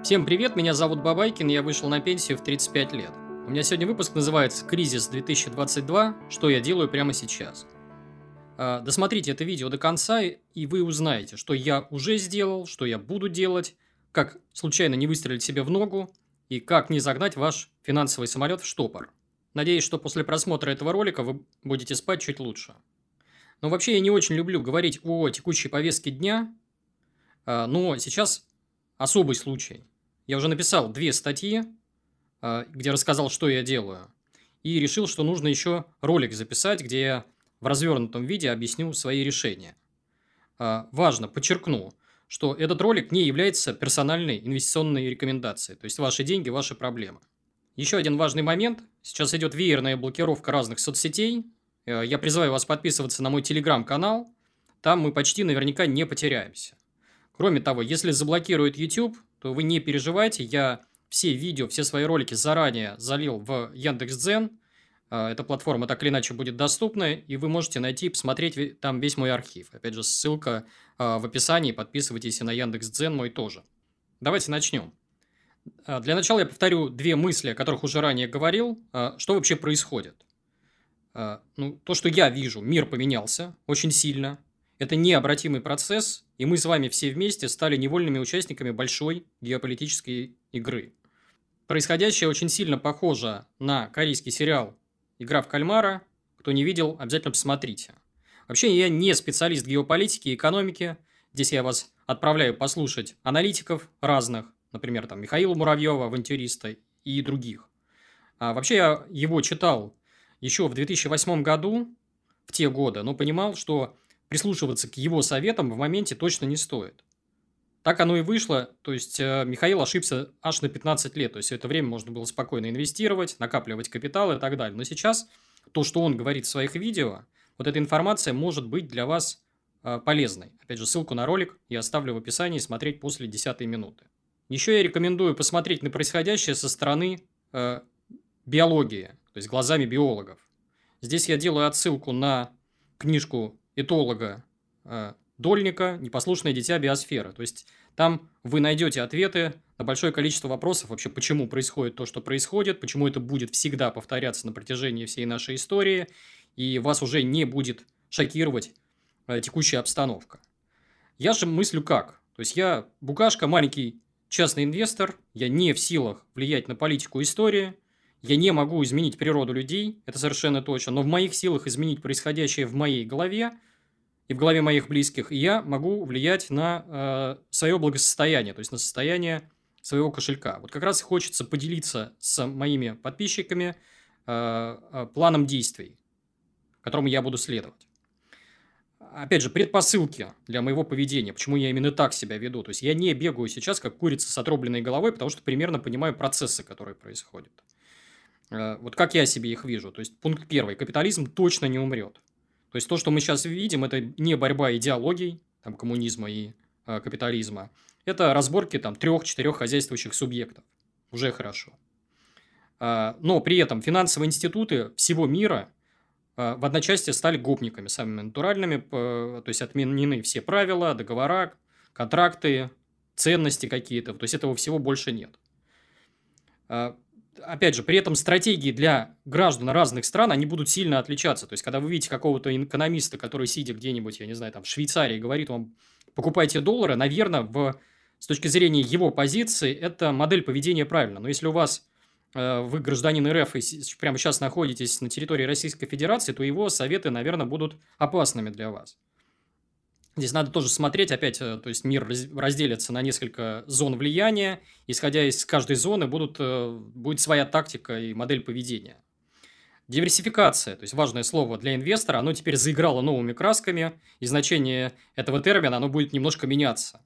Всем привет, меня зовут Бабайкин, я вышел на пенсию в 35 лет. У меня сегодня выпуск называется «Кризис 2022. Что я делаю прямо сейчас?». Досмотрите это видео до конца, и вы узнаете, что я уже сделал, что я буду делать, как случайно не выстрелить себе в ногу и как не загнать ваш финансовый самолет в штопор. Надеюсь, что после просмотра этого ролика вы будете спать чуть лучше. Но вообще я не очень люблю говорить о текущей повестке дня, но сейчас особый случай. Я уже написал 2 статьи, где рассказал, что я делаю, и решил, что нужно еще ролик записать, где я в развернутом виде объясню свои решения. Важно, подчеркну, что этот ролик не является персональной инвестиционной рекомендацией, то есть ваши деньги, ваши проблемы. Еще один важный момент. Сейчас идет веерная блокировка разных соцсетей. Я призываю вас подписываться на мой телеграм-канал. Там мы почти наверняка не потеряемся. Кроме того, если заблокируют YouTube, то вы не переживайте, я все видео, все свои ролики заранее залил в Яндекс.Дзен. Эта платформа так или иначе будет доступна, и вы можете найти и посмотреть там весь мой архив. Опять же, ссылка в описании, подписывайтесь и на Яндекс.Дзен мой тоже. Давайте начнем. Для начала я повторю 2 мысли, о которых уже ранее говорил. Что вообще происходит? То, что я вижу, мир поменялся очень сильно. Это необратимый процесс, и мы с вами все вместе стали невольными участниками большой геополитической игры. Происходящее очень сильно похоже на корейский сериал «Игра в кальмара». Кто не видел, обязательно посмотрите. Вообще, я не специалист геополитики и экономики. Здесь я вас отправляю послушать аналитиков разных, например, там, Михаила Муравьева, авантюриста и других. Вообще, я его читал еще в 2008 году, в те годы, но понимал, что прислушиваться к его советам в моменте точно не стоит. Так оно и вышло, то есть Михаил ошибся аж на 15 лет, то есть в это время можно было спокойно инвестировать, накапливать капитал и так далее. Но сейчас то, что он говорит в своих видео, вот эта информация может быть для вас полезной. Опять же, ссылку на ролик я оставлю в описании, смотреть после 10-й минуты. Еще я рекомендую посмотреть на происходящее со стороны биологии, то есть глазами биологов. Здесь я делаю отсылку на книжку этолога Дольника «Непослушное дитя биосферы». То есть там вы найдете ответы на большое количество вопросов вообще, почему происходит то, что происходит, почему это будет всегда повторяться на протяжении всей нашей истории, и вас уже не будет шокировать текущая обстановка. Я же мыслю как? То есть я букашка, маленький частный инвестор, я не в силах влиять на политику истории, я не могу изменить природу людей, это совершенно точно, но в моих силах изменить происходящее в моей голове и в голове моих близких, и я могу влиять на свое благосостояние, то есть на состояние своего кошелька. Вот как раз хочется поделиться с моими подписчиками планом действий, которому я буду следовать. Опять же, предпосылки для моего поведения, почему я именно так себя веду. То есть я не бегаю сейчас, как курица с отрубленной головой, потому что примерно понимаю процессы, которые происходят. Вот как я себе их вижу. То есть пункт 1. Капитализм точно не умрет. То есть то, что мы сейчас видим, это не борьба идеологий, там, коммунизма и капитализма. Это разборки там 3-4 хозяйствующих субъектов. Уже хорошо. Но при этом финансовые институты всего мира в одночасье стали гопниками самыми натуральными. То есть отменены все правила, договора, контракты, ценности какие-то. То есть этого всего больше нет. Опять же, при этом стратегии для граждан разных стран, они будут сильно отличаться. То есть, когда вы видите какого-то экономиста, который, сидя где-нибудь, я не знаю, там, в Швейцарии, говорит вам, покупайте доллары, наверное, с точки зрения его позиции, это модель поведения правильно. Но если у вас, вы гражданин РФ и прямо сейчас находитесь на территории Российской Федерации, то его советы, наверное, будут опасными для вас. Здесь надо тоже смотреть, опять, то есть мир разделится на несколько зон влияния, исходя из каждой зоны будет своя тактика и модель поведения. Диверсификация, то есть важное слово для инвестора, оно теперь заиграло новыми красками, и значение этого термина оно будет немножко меняться.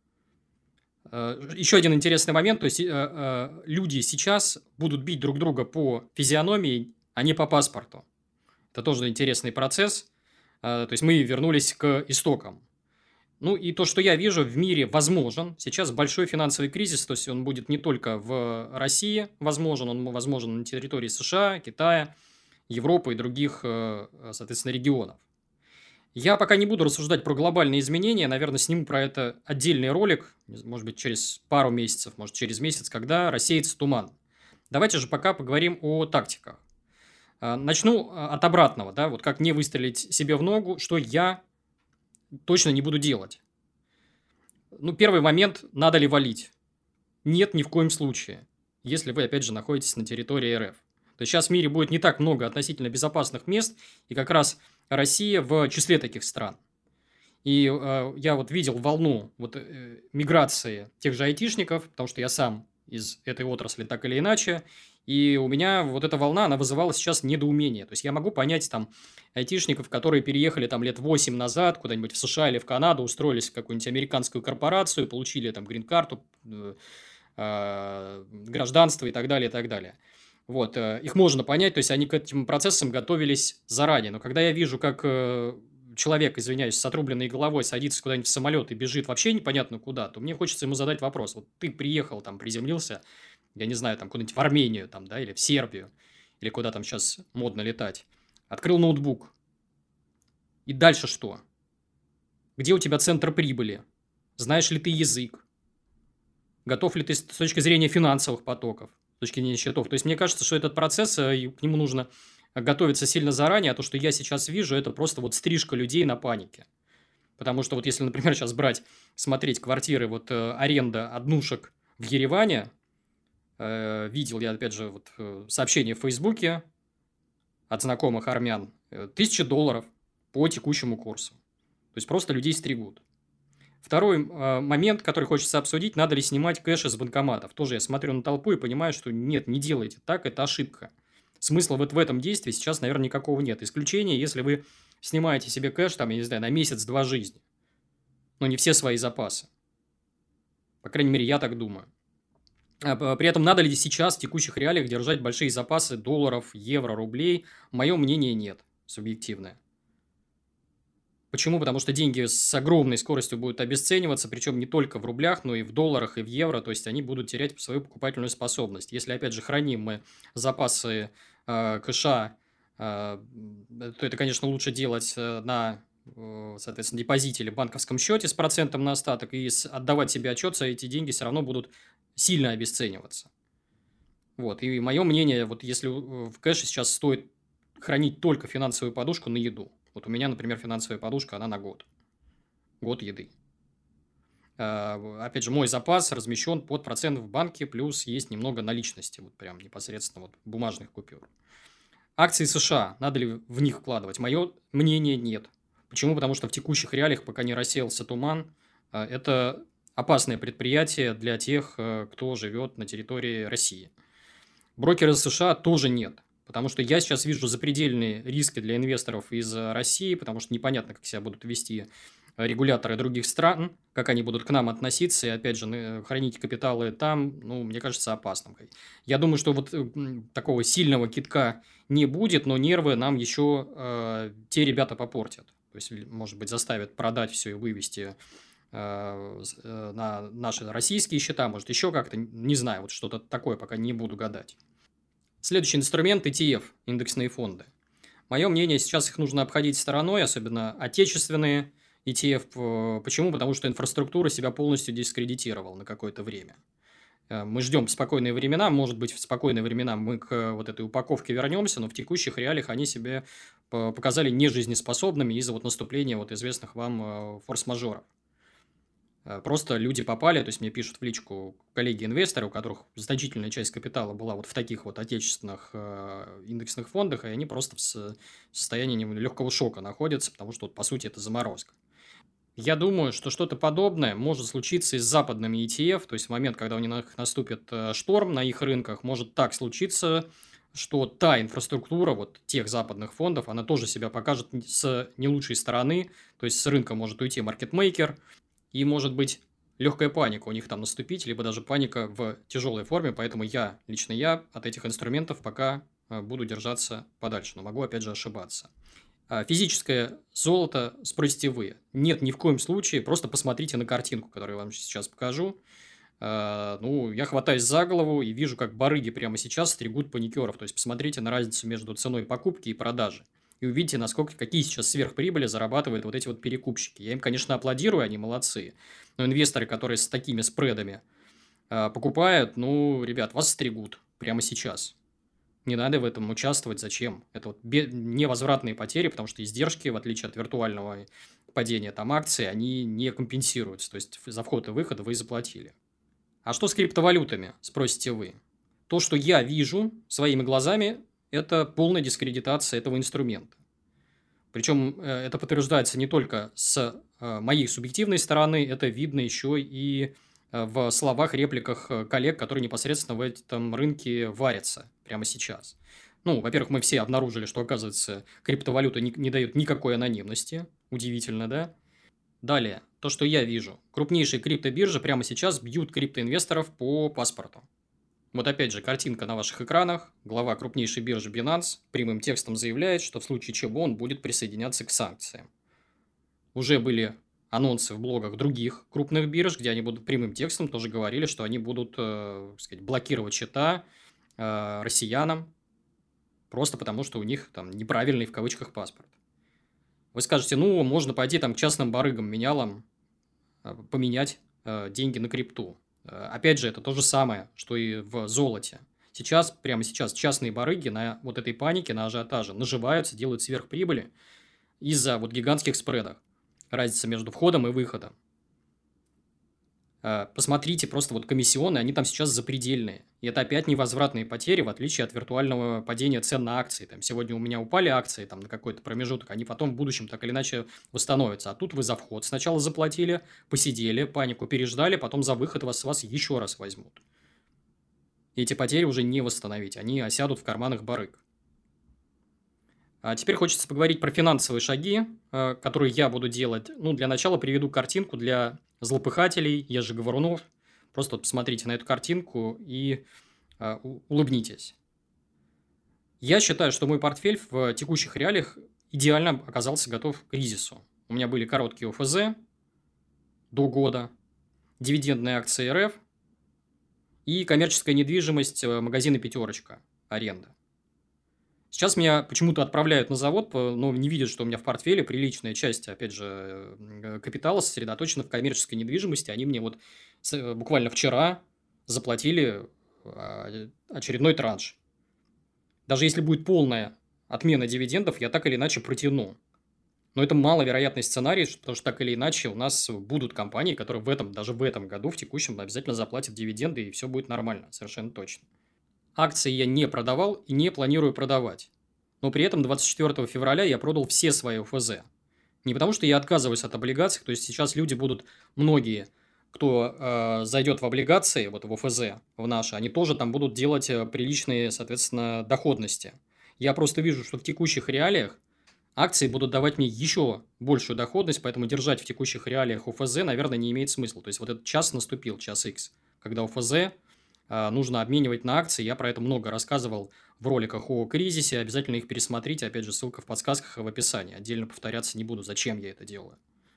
Еще один интересный момент, то есть люди сейчас будут бить друг друга по физиономии, а не по паспорту. Это тоже интересный процесс. То есть мы вернулись к истокам. И то, что я вижу в мире, возможен. Сейчас большой финансовый кризис, то есть он будет не только в России возможен, он возможен на территории США, Китая, Европы и других, соответственно, регионов. Я пока не буду рассуждать про глобальные изменения, наверное, сниму про это отдельный ролик, может быть, через пару месяцев, может, через месяц, когда рассеется туман. Давайте же пока поговорим о тактиках. Начну от обратного, да, вот как не выстрелить себе в ногу, что я точно не буду делать. Ну, первый момент, надо ли валить? Нет, ни в коем случае, если вы, опять же, находитесь на территории РФ. То есть сейчас в мире будет не так много относительно безопасных мест, и как раз Россия в числе таких стран. И я вот видел волну миграции тех же айтишников, потому что я сам из этой отрасли так или иначе, и у меня вот эта волна, она вызывала сейчас недоумение. То есть я могу понять там айтишников, которые переехали там лет 8 назад куда-нибудь в США или в Канаду, устроились в какую-нибудь американскую корпорацию, получили там грин-карту, гражданство и так далее, и так далее. Вот, их можно понять, то есть они к этим процессам готовились заранее. Но когда я вижу, как человек, извиняюсь, с отрубленной головой садится куда-нибудь в самолет и бежит вообще непонятно куда, то мне хочется ему задать вопрос. Вот ты приехал, там, приземлился, я не знаю, там, куда-нибудь в Армению, там, да, или в Сербию, или куда там сейчас модно летать. Открыл ноутбук. И дальше что? Где у тебя центр прибыли? Знаешь ли ты язык? Готов ли ты с точки зрения финансовых потоков, с точки зрения счетов? То есть, мне кажется, что этот процесс, и к нему нужно готовиться сильно заранее, а то, что я сейчас вижу, это просто вот стрижка людей на панике. Потому что вот если, например, сейчас брать, смотреть квартиры, аренда однушек в Ереване, видел я, опять же, сообщение в Фейсбуке от знакомых армян, $1000 по текущему курсу. То есть, просто людей стригут. Второй момент, который хочется обсудить, надо ли снимать кэш из банкоматов. Тоже я смотрю на толпу и понимаю, что нет, не делайте так, это ошибка. Смысла вот в этом действии сейчас, наверное, никакого нет. Исключение, если вы снимаете себе кэш, там, я не знаю, на месяц-два жизни. Но не все свои запасы. По крайней мере, я так думаю. При этом надо ли сейчас в текущих реалиях держать большие запасы долларов, евро, рублей? Мое мнение нет, субъективное. Почему? Потому что деньги с огромной скоростью будут обесцениваться, причем не только в рублях, но и в долларах, и в евро, то есть они будут терять свою покупательную способность. Если, опять же, храним мы запасы кэша, то это, конечно, лучше делать на, соответственно, депозите или банковском счете с процентом на остаток и отдавать себе отчет, что эти деньги все равно будут сильно обесцениваться. Вот. И мое мнение, вот если в кэше сейчас стоит хранить только финансовую подушку на еду. Вот у меня, например, финансовая подушка, она на год. Год еды. Опять же, мой запас размещен под процент в банке, плюс есть немного наличности, вот прям непосредственно вот бумажных купюр. Акции США, надо ли в них вкладывать? Мое мнение нет. Почему? Потому что в текущих реалиях, пока не рассеялся туман, это опасное предприятие для тех, кто живет на территории России. Брокеры США тоже нет. Потому что я сейчас вижу запредельные риски для инвесторов из России, потому что непонятно, как себя будут вести регуляторы других стран, как они будут к нам относиться, и, опять же, хранить капиталы там, ну, мне кажется, опасным. Я думаю, что вот такого сильного китка не будет, но нервы нам еще те ребята попортят. То есть, может быть, заставят продать все и вывести на наши российские счета, может, еще как-то, не знаю, вот что-то такое, пока не буду гадать. Следующий инструмент – ETF, индексные фонды. Мое мнение, сейчас их нужно обходить стороной, особенно отечественные ETF. Почему? Потому что инфраструктура себя полностью дискредитировала на какое-то время. Мы ждем спокойные времена, может быть, в спокойные времена мы к вот этой упаковке вернемся, но в текущих реалиях они себя показали нежизнеспособными из-за вот наступления вот известных вам форс-мажоров. Просто люди попали, то есть мне пишут в личку коллеги-инвесторы, у которых значительная часть капитала была вот в таких вот отечественных индексных фондах, и они просто в состоянии легкого шока находятся, потому что, вот, по сути, это заморозка. Я думаю, что что-то подобное может случиться и с западными ETF, то есть в момент, когда у них наступит шторм на их рынках, может так случиться, что та инфраструктура вот тех западных фондов, она тоже себя покажет с не лучшей стороны, то есть с рынка может уйти маркетмейкер, и, может быть, легкая паника у них там наступить, либо даже паника в тяжелой форме, поэтому лично я от этих инструментов пока буду держаться подальше, но могу, опять же, ошибаться. Физическое золото спросите вы. Нет, ни в коем случае, просто посмотрите на картинку, которую я вам сейчас покажу. Я хватаюсь за голову и вижу, как барыги прямо сейчас стригут паникеров, то есть посмотрите на разницу между ценой покупки и продажи. и увидите, какие сейчас сверхприбыли зарабатывают вот эти вот перекупщики. Я им, конечно, аплодирую, они молодцы. Но инвесторы, которые с такими спредами покупают, ну, ребят, вас стригут прямо сейчас. Не надо в этом участвовать. Зачем? Это вот невозвратные потери, потому что издержки, в отличие от виртуального падения там акций, они не компенсируются. То есть за вход и выход вы заплатили. А что с криптовалютами, спросите вы? То, что я вижу своими глазами, это полная дискредитация этого инструмента. Причем это подтверждается не только с моей субъективной стороны, это видно еще и в словах, репликах коллег, которые непосредственно в этом рынке варятся прямо сейчас. Ну, во-первых, мы все обнаружили, что, оказывается, криптовалюта не дает никакой анонимности. Удивительно, да? Далее, то, что я вижу. Крупнейшие криптобиржи прямо сейчас бьют криптоинвесторов по паспорту. Вот опять же, картинка на ваших экранах. Глава крупнейшей биржи Binance прямым текстом заявляет, что в случае чего он будет присоединяться к санкциям. Уже были анонсы в блогах других крупных бирж, где они будут прямым текстом тоже говорили, что они будут блокировать счета россиянам, просто потому что у них там неправильный в кавычках паспорт. Вы скажете, ну, можно пойти там к частным барыгам, менялам, поменять деньги на крипту. Опять же, это то же самое, что и в золоте. Прямо сейчас частные барыги на вот этой панике, на ажиотаже наживаются, делают сверхприбыли из-за вот гигантских спредов. Разница между входом и выходом. Посмотрите, просто вот комиссионные, они там сейчас запредельные. И это опять невозвратные потери, в отличие от виртуального падения цен на акции. Там сегодня у меня упали акции там, на какой-то промежуток, они потом в будущем так или иначе восстановятся. А тут вы за вход сначала заплатили, посидели, панику переждали, потом за выход с вас еще раз возьмут. И эти потери уже не восстановить, они осядут в карманах барыг. А теперь хочется поговорить про финансовые шаги, которые я буду делать. Ну, для начала приведу картинку для злопыхателей, ежеговорунов. Просто вот посмотрите на эту картинку и улыбнитесь. Я считаю, что мой портфель в текущих реалиях идеально оказался готов к кризису. У меня были короткие ОФЗ до года, дивидендные акции РФ и коммерческая недвижимость магазина «Пятерочка», аренда. Сейчас меня почему-то отправляют на завод, но не видят, что у меня в портфеле приличная часть, опять же, капитала сосредоточена в коммерческой недвижимости. Они мне вот буквально вчера заплатили очередной транш. Даже если будет полная отмена дивидендов, я так или иначе протяну. Но это маловероятный сценарий, потому что так или иначе у нас будут компании, которые даже в этом году, в текущем, обязательно заплатят дивиденды, и все будет нормально, совершенно точно. Акции я не продавал и не планирую продавать. Но при этом 24 февраля я продал все свои ОФЗ. Не потому, что я отказываюсь от облигаций, то есть сейчас люди будут, многие, кто зайдет в облигации, вот в ОФЗ, в наши, они тоже там будут делать приличные, соответственно, доходности. Я просто вижу, что в текущих реалиях акции будут давать мне еще большую доходность, поэтому держать в текущих реалиях ОФЗ, наверное, не имеет смысла. То есть вот этот час наступил, час X, когда ОФЗ нужно обменивать на акции. Я про это много рассказывал в роликах о кризисе. Обязательно их пересмотрите. Опять же, ссылка в подсказках и в описании. Отдельно повторяться не буду, зачем я это делаю.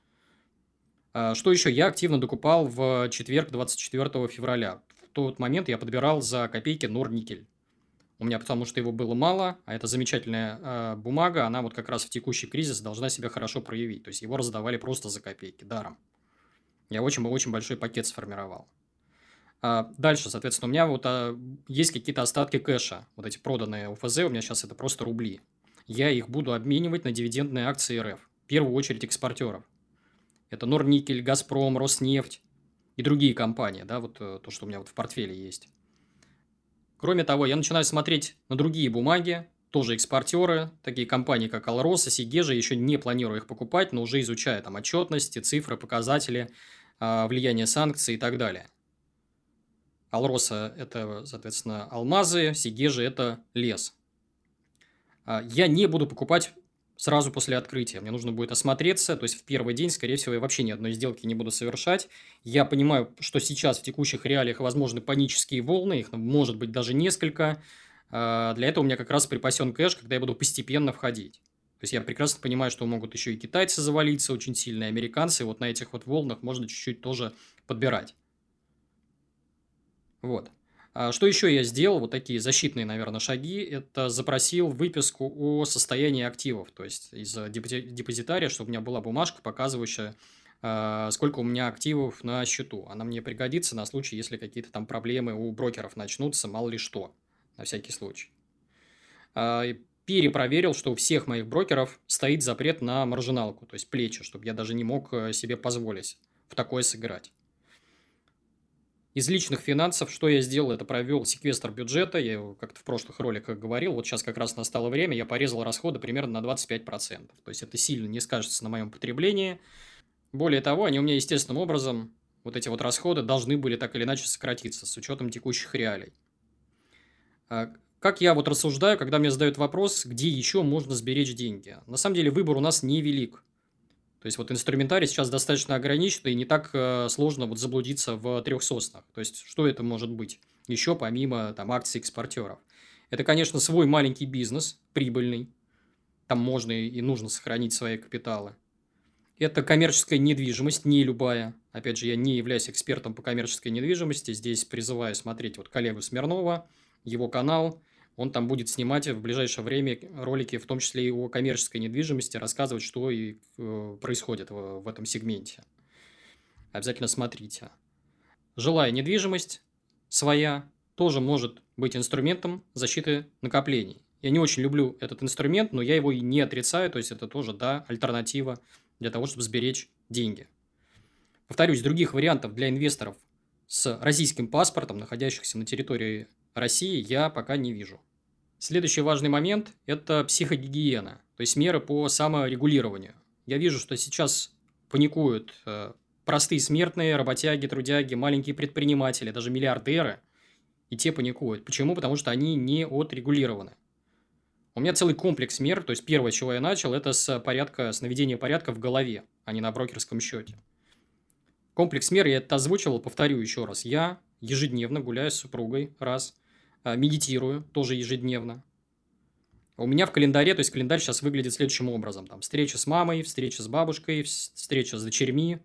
Что еще? Я активно докупал в четверг, 24 февраля. В тот момент я подбирал за копейки Норникель. У меня потому что его было мало, а это замечательная бумага. Она вот как раз в текущий кризис должна себя хорошо проявить. То есть его раздавали просто за копейки, даром. Я очень большой пакет сформировал. Дальше, соответственно, у меня вот есть какие-то остатки кэша. Вот эти проданные ОФЗ, у меня сейчас это просто рубли. Я их буду обменивать на дивидендные акции РФ. В первую очередь экспортеров. Это Норникель, Газпром, Роснефть и другие компании. Да, вот то, что у меня вот в портфеле есть. Кроме того, я начинаю смотреть на другие бумаги. Тоже экспортеры, такие компании, как Алроса, Сигежа. Еще не планирую их покупать, но уже изучаю там отчетности, цифры, показатели, влияние санкций и так далее. Алроса – это, соответственно, алмазы, Сигежи – это лес. Я не буду покупать сразу после открытия. Мне нужно будет осмотреться, то есть в первый день, скорее всего, я вообще ни одной сделки не буду совершать. Я понимаю, что сейчас в текущих реалиях возможны панические волны, их может быть даже несколько. Для этого у меня как раз припасен кэш, когда я буду постепенно входить. То есть я прекрасно понимаю, что могут еще и китайцы завалиться очень сильно, и американцы. Вот на этих вот волнах можно чуть-чуть тоже подбирать. Вот. Что еще я сделал? Вот такие защитные, наверное, шаги. Это запросил выписку о состоянии активов. То есть из депозитария, чтобы у меня была бумажка, показывающая, сколько у меня активов на счету. Она мне пригодится на случай, если какие-то там проблемы у брокеров начнутся, мало ли что, на всякий случай. И перепроверил, что у всех моих брокеров стоит запрет на маржиналку, то есть плечи, чтобы я даже не мог себе позволить в такое сыграть. Из личных финансов, что я сделал, это провел секвестр бюджета, я его как-то в прошлых роликах говорил, вот сейчас как раз настало время, я порезал расходы примерно на 25%, то есть это сильно не скажется на моем потреблении. Более того, они у меня естественным образом, вот эти вот расходы должны были так или иначе сократиться с учетом текущих реалий. Как я вот рассуждаю, когда мне задают вопрос, где еще можно сберечь деньги? На самом деле выбор у нас невелик. То есть вот инструментарий сейчас достаточно ограничен, и не так сложно вот заблудиться в трех соснах. То есть что это может быть еще помимо там акций экспортеров? Это, конечно, свой маленький бизнес, прибыльный. Там можно и нужно сохранить свои капиталы. Это коммерческая недвижимость, не любая. Опять же, я не являюсь экспертом по коммерческой недвижимости. Здесь призываю смотреть вот коллегу Смирнова, его канал. Он там будет снимать в ближайшее время ролики, в том числе и о коммерческой недвижимости, рассказывать, что и происходит в этом сегменте. Обязательно смотрите. Жилая недвижимость своя тоже может быть инструментом защиты накоплений. Я не очень люблю этот инструмент, но я его и не отрицаю, то есть это тоже, да, альтернатива для того, чтобы сберечь деньги. Повторюсь, других вариантов для инвесторов с российским паспортом, находящихся на территории России, я пока не вижу. Следующий важный момент – это психогигиена, то есть меры по саморегулированию. Я вижу, что сейчас паникуют простые смертные, работяги, трудяги, маленькие предприниматели, даже миллиардеры, и те паникуют. Почему? Потому что они не отрегулированы. У меня целый комплекс мер, то есть первое, с чего я начал, это с наведения порядка в голове, а не на брокерском счете. Комплекс мер я это озвучивал, повторю еще раз. Я ежедневно гуляю с супругой, раз, медитирую, тоже ежедневно. У меня в календаре, то есть календарь сейчас выглядит следующим образом. Там встреча с мамой, встреча с бабушкой, встреча с дочерьми,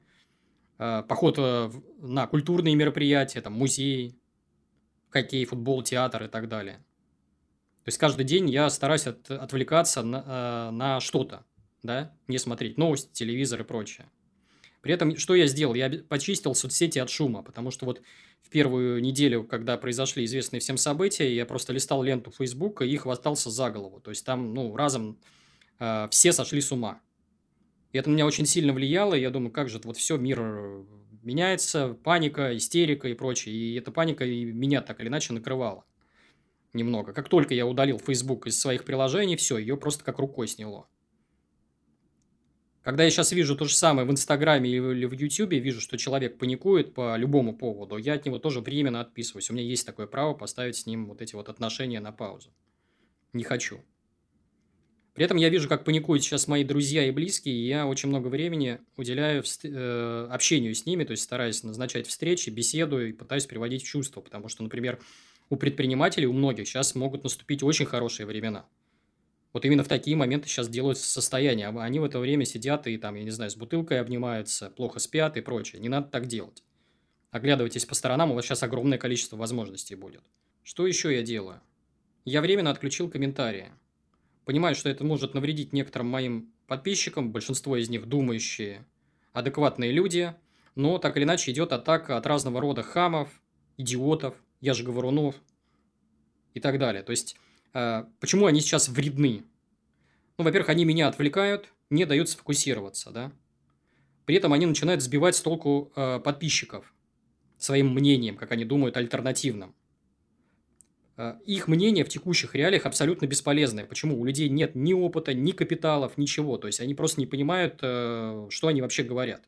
поход на культурные мероприятия, там музей, хоккей, футбол, театр и так далее. То есть каждый день я стараюсь отвлекаться на что-то, да, не смотреть новости, телевизор и прочее. При этом, что я сделал? Я почистил соцсети от шума, потому что вот в первую неделю, когда произошли известные всем события, я просто листал ленту Фейсбука и хватался за голову. То есть там, ну, разом все сошли с ума. И это на меня очень сильно влияло, и я думаю, как же вот все, мир меняется, паника, истерика и прочее. И эта паника и меня так или иначе накрывала немного. Как только я удалил Facebook из своих приложений, все, ее просто как рукой сняло. Когда я сейчас вижу то же самое в Инстаграме или в Ютубе, вижу, что человек паникует по любому поводу, я от него тоже временно отписываюсь. У меня есть такое право поставить с ним вот эти вот отношения на паузу. Не хочу. При этом я вижу, как паникуют сейчас мои друзья и близкие, и я очень много времени уделяю общению с ними, то есть стараюсь назначать встречи, беседую и пытаюсь приводить в чувство, потому что, например, у предпринимателей, у многих сейчас могут наступить очень хорошие времена. Вот именно в такие моменты сейчас делаются состояния. Они в это время сидят и там, я не знаю, с бутылкой обнимаются, плохо спят и прочее. Не надо так делать. Оглядывайтесь по сторонам, у вас сейчас огромное количество возможностей будет. Что еще я делаю? Я временно отключил комментарии. Понимаю, что это может навредить некоторым моим подписчикам, большинство из них думающие, адекватные люди, но так или иначе идет атака от разного рода хамов, идиотов, я же говорунов и так далее. То есть, почему они сейчас вредны? Ну, во-первых, они меня отвлекают, не дают сфокусироваться, да. При этом они начинают сбивать с толку подписчиков своим мнением, как они думают, альтернативным. Их мнение в текущих реалиях абсолютно бесполезное. Почему? У людей нет ни опыта, ни капиталов, ничего. То есть, они просто не понимают, что они вообще говорят.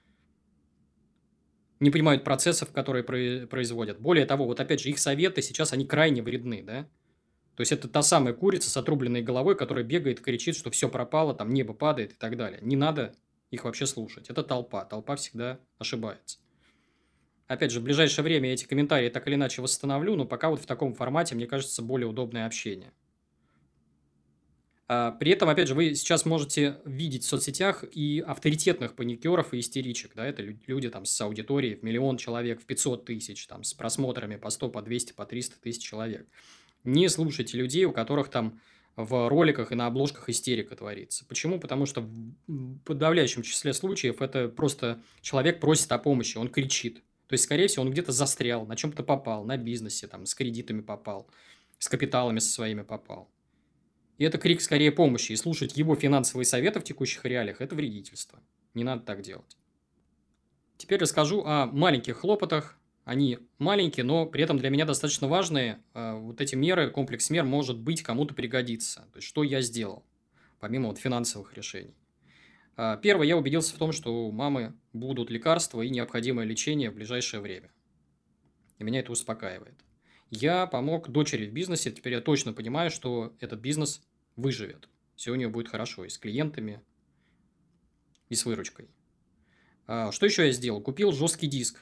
Не понимают процессов, которые производят. Более того, вот опять же, их советы сейчас, они крайне вредны, да. То есть, это та самая курица с отрубленной головой, которая бегает и кричит, что все пропало, там небо падает и так далее. Не надо их вообще слушать. Это толпа. Толпа всегда ошибается. Опять же, в ближайшее время я эти комментарии так или иначе восстановлю, но пока вот в таком формате, мне кажется, более удобное общение. При этом, опять же, вы сейчас можете видеть в соцсетях и авторитетных паникеров и истеричек, да, это люди там с аудиторией в миллион человек, в 500 тысяч, там, с просмотрами по 100, по 200, по 300 тысяч человек. Не слушайте людей, у которых там в роликах и на обложках истерика творится. Почему? Потому что в подавляющем числе случаев это просто человек просит о помощи, он кричит. То есть, скорее всего, он где-то застрял, на чем-то попал, на бизнесе, там, с кредитами попал, с капиталами со своими попал. И это крик скорее помощи. И слушать его финансовые советы в текущих реалиях – это вредительство. Не надо так делать. Теперь расскажу о маленьких хлопотах. Они маленькие, но при этом для меня достаточно важные. Вот эти меры, комплекс мер может быть кому-то пригодится. То есть, что я сделал, помимо вот финансовых решений. Первое, я убедился в том, что у мамы будут лекарства и необходимое лечение в ближайшее время. И меня это успокаивает. Я помог дочери в бизнесе. Теперь я точно понимаю, что этот бизнес выживет. Все у нее будет хорошо и с клиентами, и с выручкой. Что еще я сделал? Купил жесткий диск.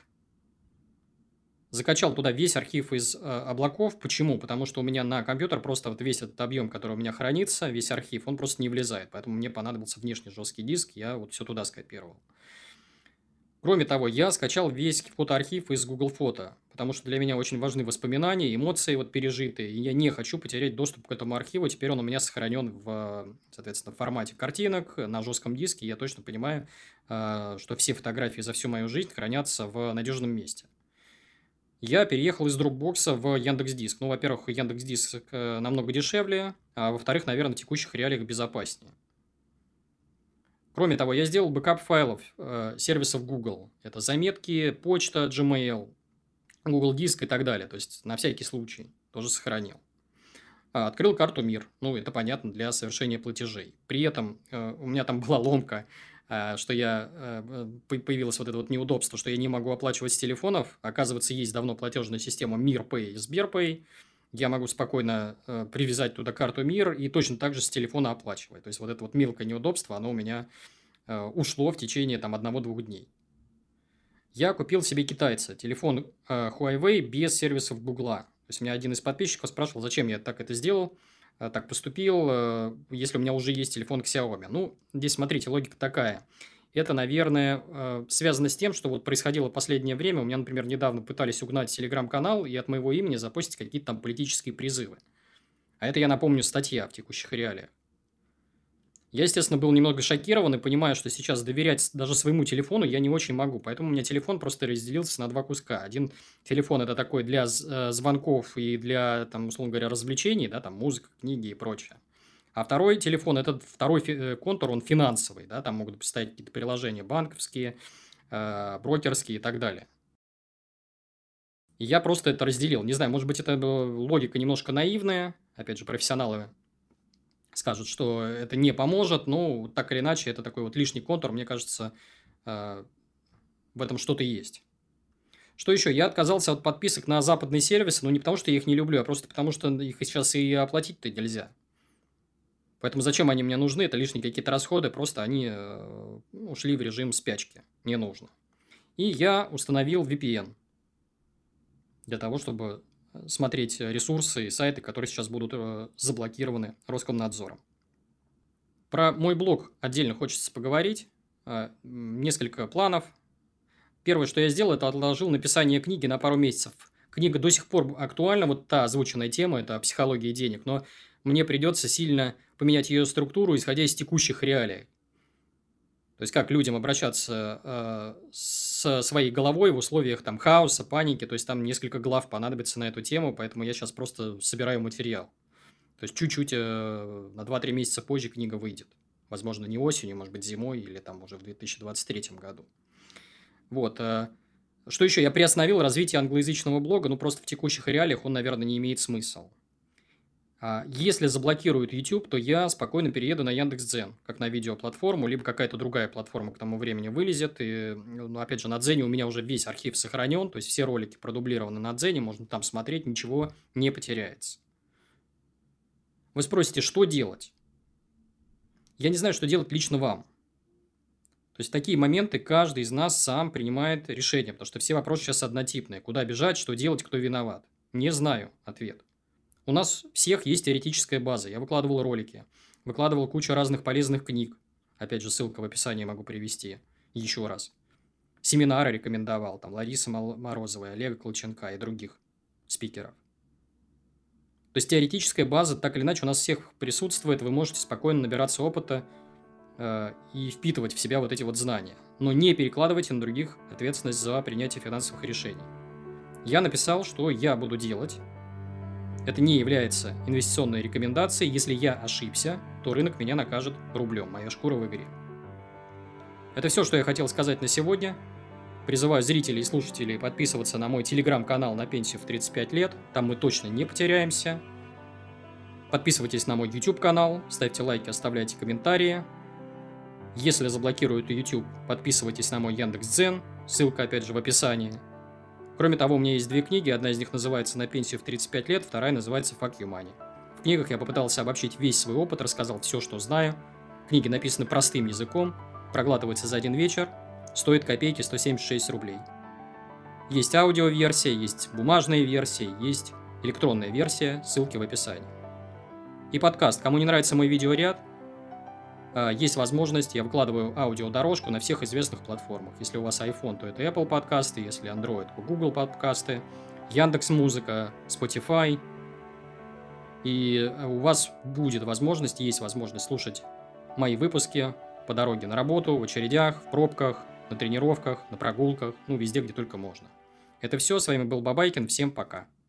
Закачал туда весь архив из облаков. Почему? Потому что у меня на компьютер просто вот весь этот объем, который у меня хранится, весь архив, он просто не влезает. Поэтому мне понадобился внешний жесткий диск. Я вот все туда скопировал. Кроме того, я скачал весь фотоархив из Google Фото, потому что для меня очень важны воспоминания, эмоции вот пережитые, и я не хочу потерять доступ к этому архиву. Теперь он у меня сохранен в, соответственно, формате картинок на жестком диске. Я точно понимаю, что все фотографии за всю мою жизнь хранятся в надежном месте. Я переехал из Dropbox в Яндекс.Диск. Ну, во-первых, Яндекс.Диск намного дешевле, а во-вторых, наверное, в текущих реалиях безопаснее. Кроме того, я сделал бэкап файлов сервисов Google. Это заметки, почта, Gmail, Google Диск и так далее. То есть, на всякий случай тоже сохранил. Открыл карту МИР. Ну, это понятно, для совершения платежей. При этом у меня там была ломка, что появилось вот это вот неудобство, что я не могу оплачивать с телефонов. Оказывается, есть давно платежная система МИР-Пэй и Сберпэй. Я могу спокойно привязать туда карту МИР и точно так же с телефона оплачивать. То есть, вот это вот мелкое неудобство, оно у меня ушло в течение там 1-2 дней. Я купил себе китайца, телефон Huawei без сервисов Гугла. То есть, меня один из подписчиков спрашивал, зачем я так это сделал, так поступил, если у меня уже есть телефон Xiaomi. Ну, здесь, смотрите, логика такая. Это, наверное, связано с тем, что вот происходило в последнее время. У меня, например, недавно пытались угнать телеграм-канал и от моего имени запостить какие-то там политические призывы. А это, я напомню, статья в текущих реалиях. Я, естественно, был немного шокирован и понимаю, что сейчас доверять даже своему телефону я не очень могу. Поэтому у меня телефон просто разделился на 2 куска. Один телефон – это такой для звонков и для, там, условно говоря, развлечений, да, там, музыка, книги и прочее. А второй телефон – это второй контур, он финансовый, да, там могут стоять какие-то приложения банковские, брокерские и так далее. И я просто это разделил. Не знаю, может быть, это логика немножко наивная. Опять же, профессионалы скажут, что это не поможет. Но так или иначе, это такой вот лишний контур. Мне кажется, в этом что-то есть. Что еще? Я отказался от подписок на западные сервисы, но не потому, что я их не люблю, а просто потому, что их сейчас и оплатить-то нельзя. Поэтому зачем они мне нужны? Это лишние какие-то расходы, просто они ушли в режим спячки. Не нужно. И я установил VPN для того, чтобы смотреть ресурсы и сайты, которые сейчас будут заблокированы Роскомнадзором. Про мой блог отдельно хочется поговорить. Несколько планов. Первое, что я сделал, это отложил написание книги на пару месяцев. Книга до сих пор актуальна, вот та озвученная тема, это психология денег, но мне придется сильно поменять ее структуру, исходя из текущих реалий. То есть, как людям обращаться со своей головой в условиях там хаоса, паники. То есть, там несколько глав понадобится на эту тему, поэтому я сейчас просто собираю материал. То есть, чуть-чуть на 2-3 месяца позже книга выйдет. Возможно, не осенью, может быть, зимой или там уже в 2023 году. Вот. Что еще? Я приостановил развитие англоязычного блога, ну, просто в текущих реалиях он, наверное, не имеет смысла. Если заблокируют YouTube, то я спокойно перееду на Яндекс.Дзен, как на видеоплатформу, либо какая-то другая платформа к тому времени вылезет. И, ну, опять же, на Дзене у меня уже весь архив сохранен, то есть, все ролики продублированы на Дзене, можно там смотреть, ничего не потеряется. Вы спросите, что делать? Я не знаю, что делать лично вам. То есть, в такие моменты каждый из нас сам принимает решение, потому что все вопросы сейчас однотипные. Куда бежать, что делать, кто виноват? Не знаю ответ. У нас всех есть теоретическая база. Я выкладывал ролики. Выкладывал кучу разных полезных книг. Опять же, ссылка в описании могу привести. Еще раз. Семинары рекомендовал. Там Лариса Морозовой, Олега Колченка и других спикеров. То есть теоретическая база, так или иначе, у нас всех присутствует. Вы можете спокойно набираться опыта и впитывать в себя вот эти вот знания. Но не перекладывайте на других ответственность за принятие финансовых решений. Я написал, что я буду делать. Это не является инвестиционной рекомендацией. Если я ошибся, то рынок меня накажет рублем. Моя шкура в игре. Это все, что я хотел сказать на сегодня. Призываю зрителей и слушателей подписываться на мой телеграм-канал «На пенсию в 35 лет». Там мы точно не потеряемся. Подписывайтесь на мой YouTube-канал, ставьте лайки, оставляйте комментарии. Если заблокируют YouTube, подписывайтесь на мой Яндекс.Дзен. Ссылка, опять же, в описании. Кроме того, у меня есть 2 книги. Одна из них называется «На пенсию в 35 лет», вторая называется «Fuck you money». В книгах я попытался обобщить весь свой опыт, рассказал все, что знаю. Книги написаны простым языком, проглатываются за один вечер. Стоит копейки 176 рублей. Есть аудиоверсия, есть бумажная версия, есть электронная версия, ссылки в описании. И подкаст. Кому не нравится мой видеоряд, есть возможность, я выкладываю аудиодорожку на всех известных платформах. Если у вас iPhone, то это Apple подкасты, если Android, то Google подкасты, Яндекс.Музыка, Spotify. И у вас будет возможность, есть возможность слушать мои выпуски по дороге на работу, в очередях, в пробках, на тренировках, на прогулках, везде, где только можно. Это все. С вами был Бабайкин. Всем пока.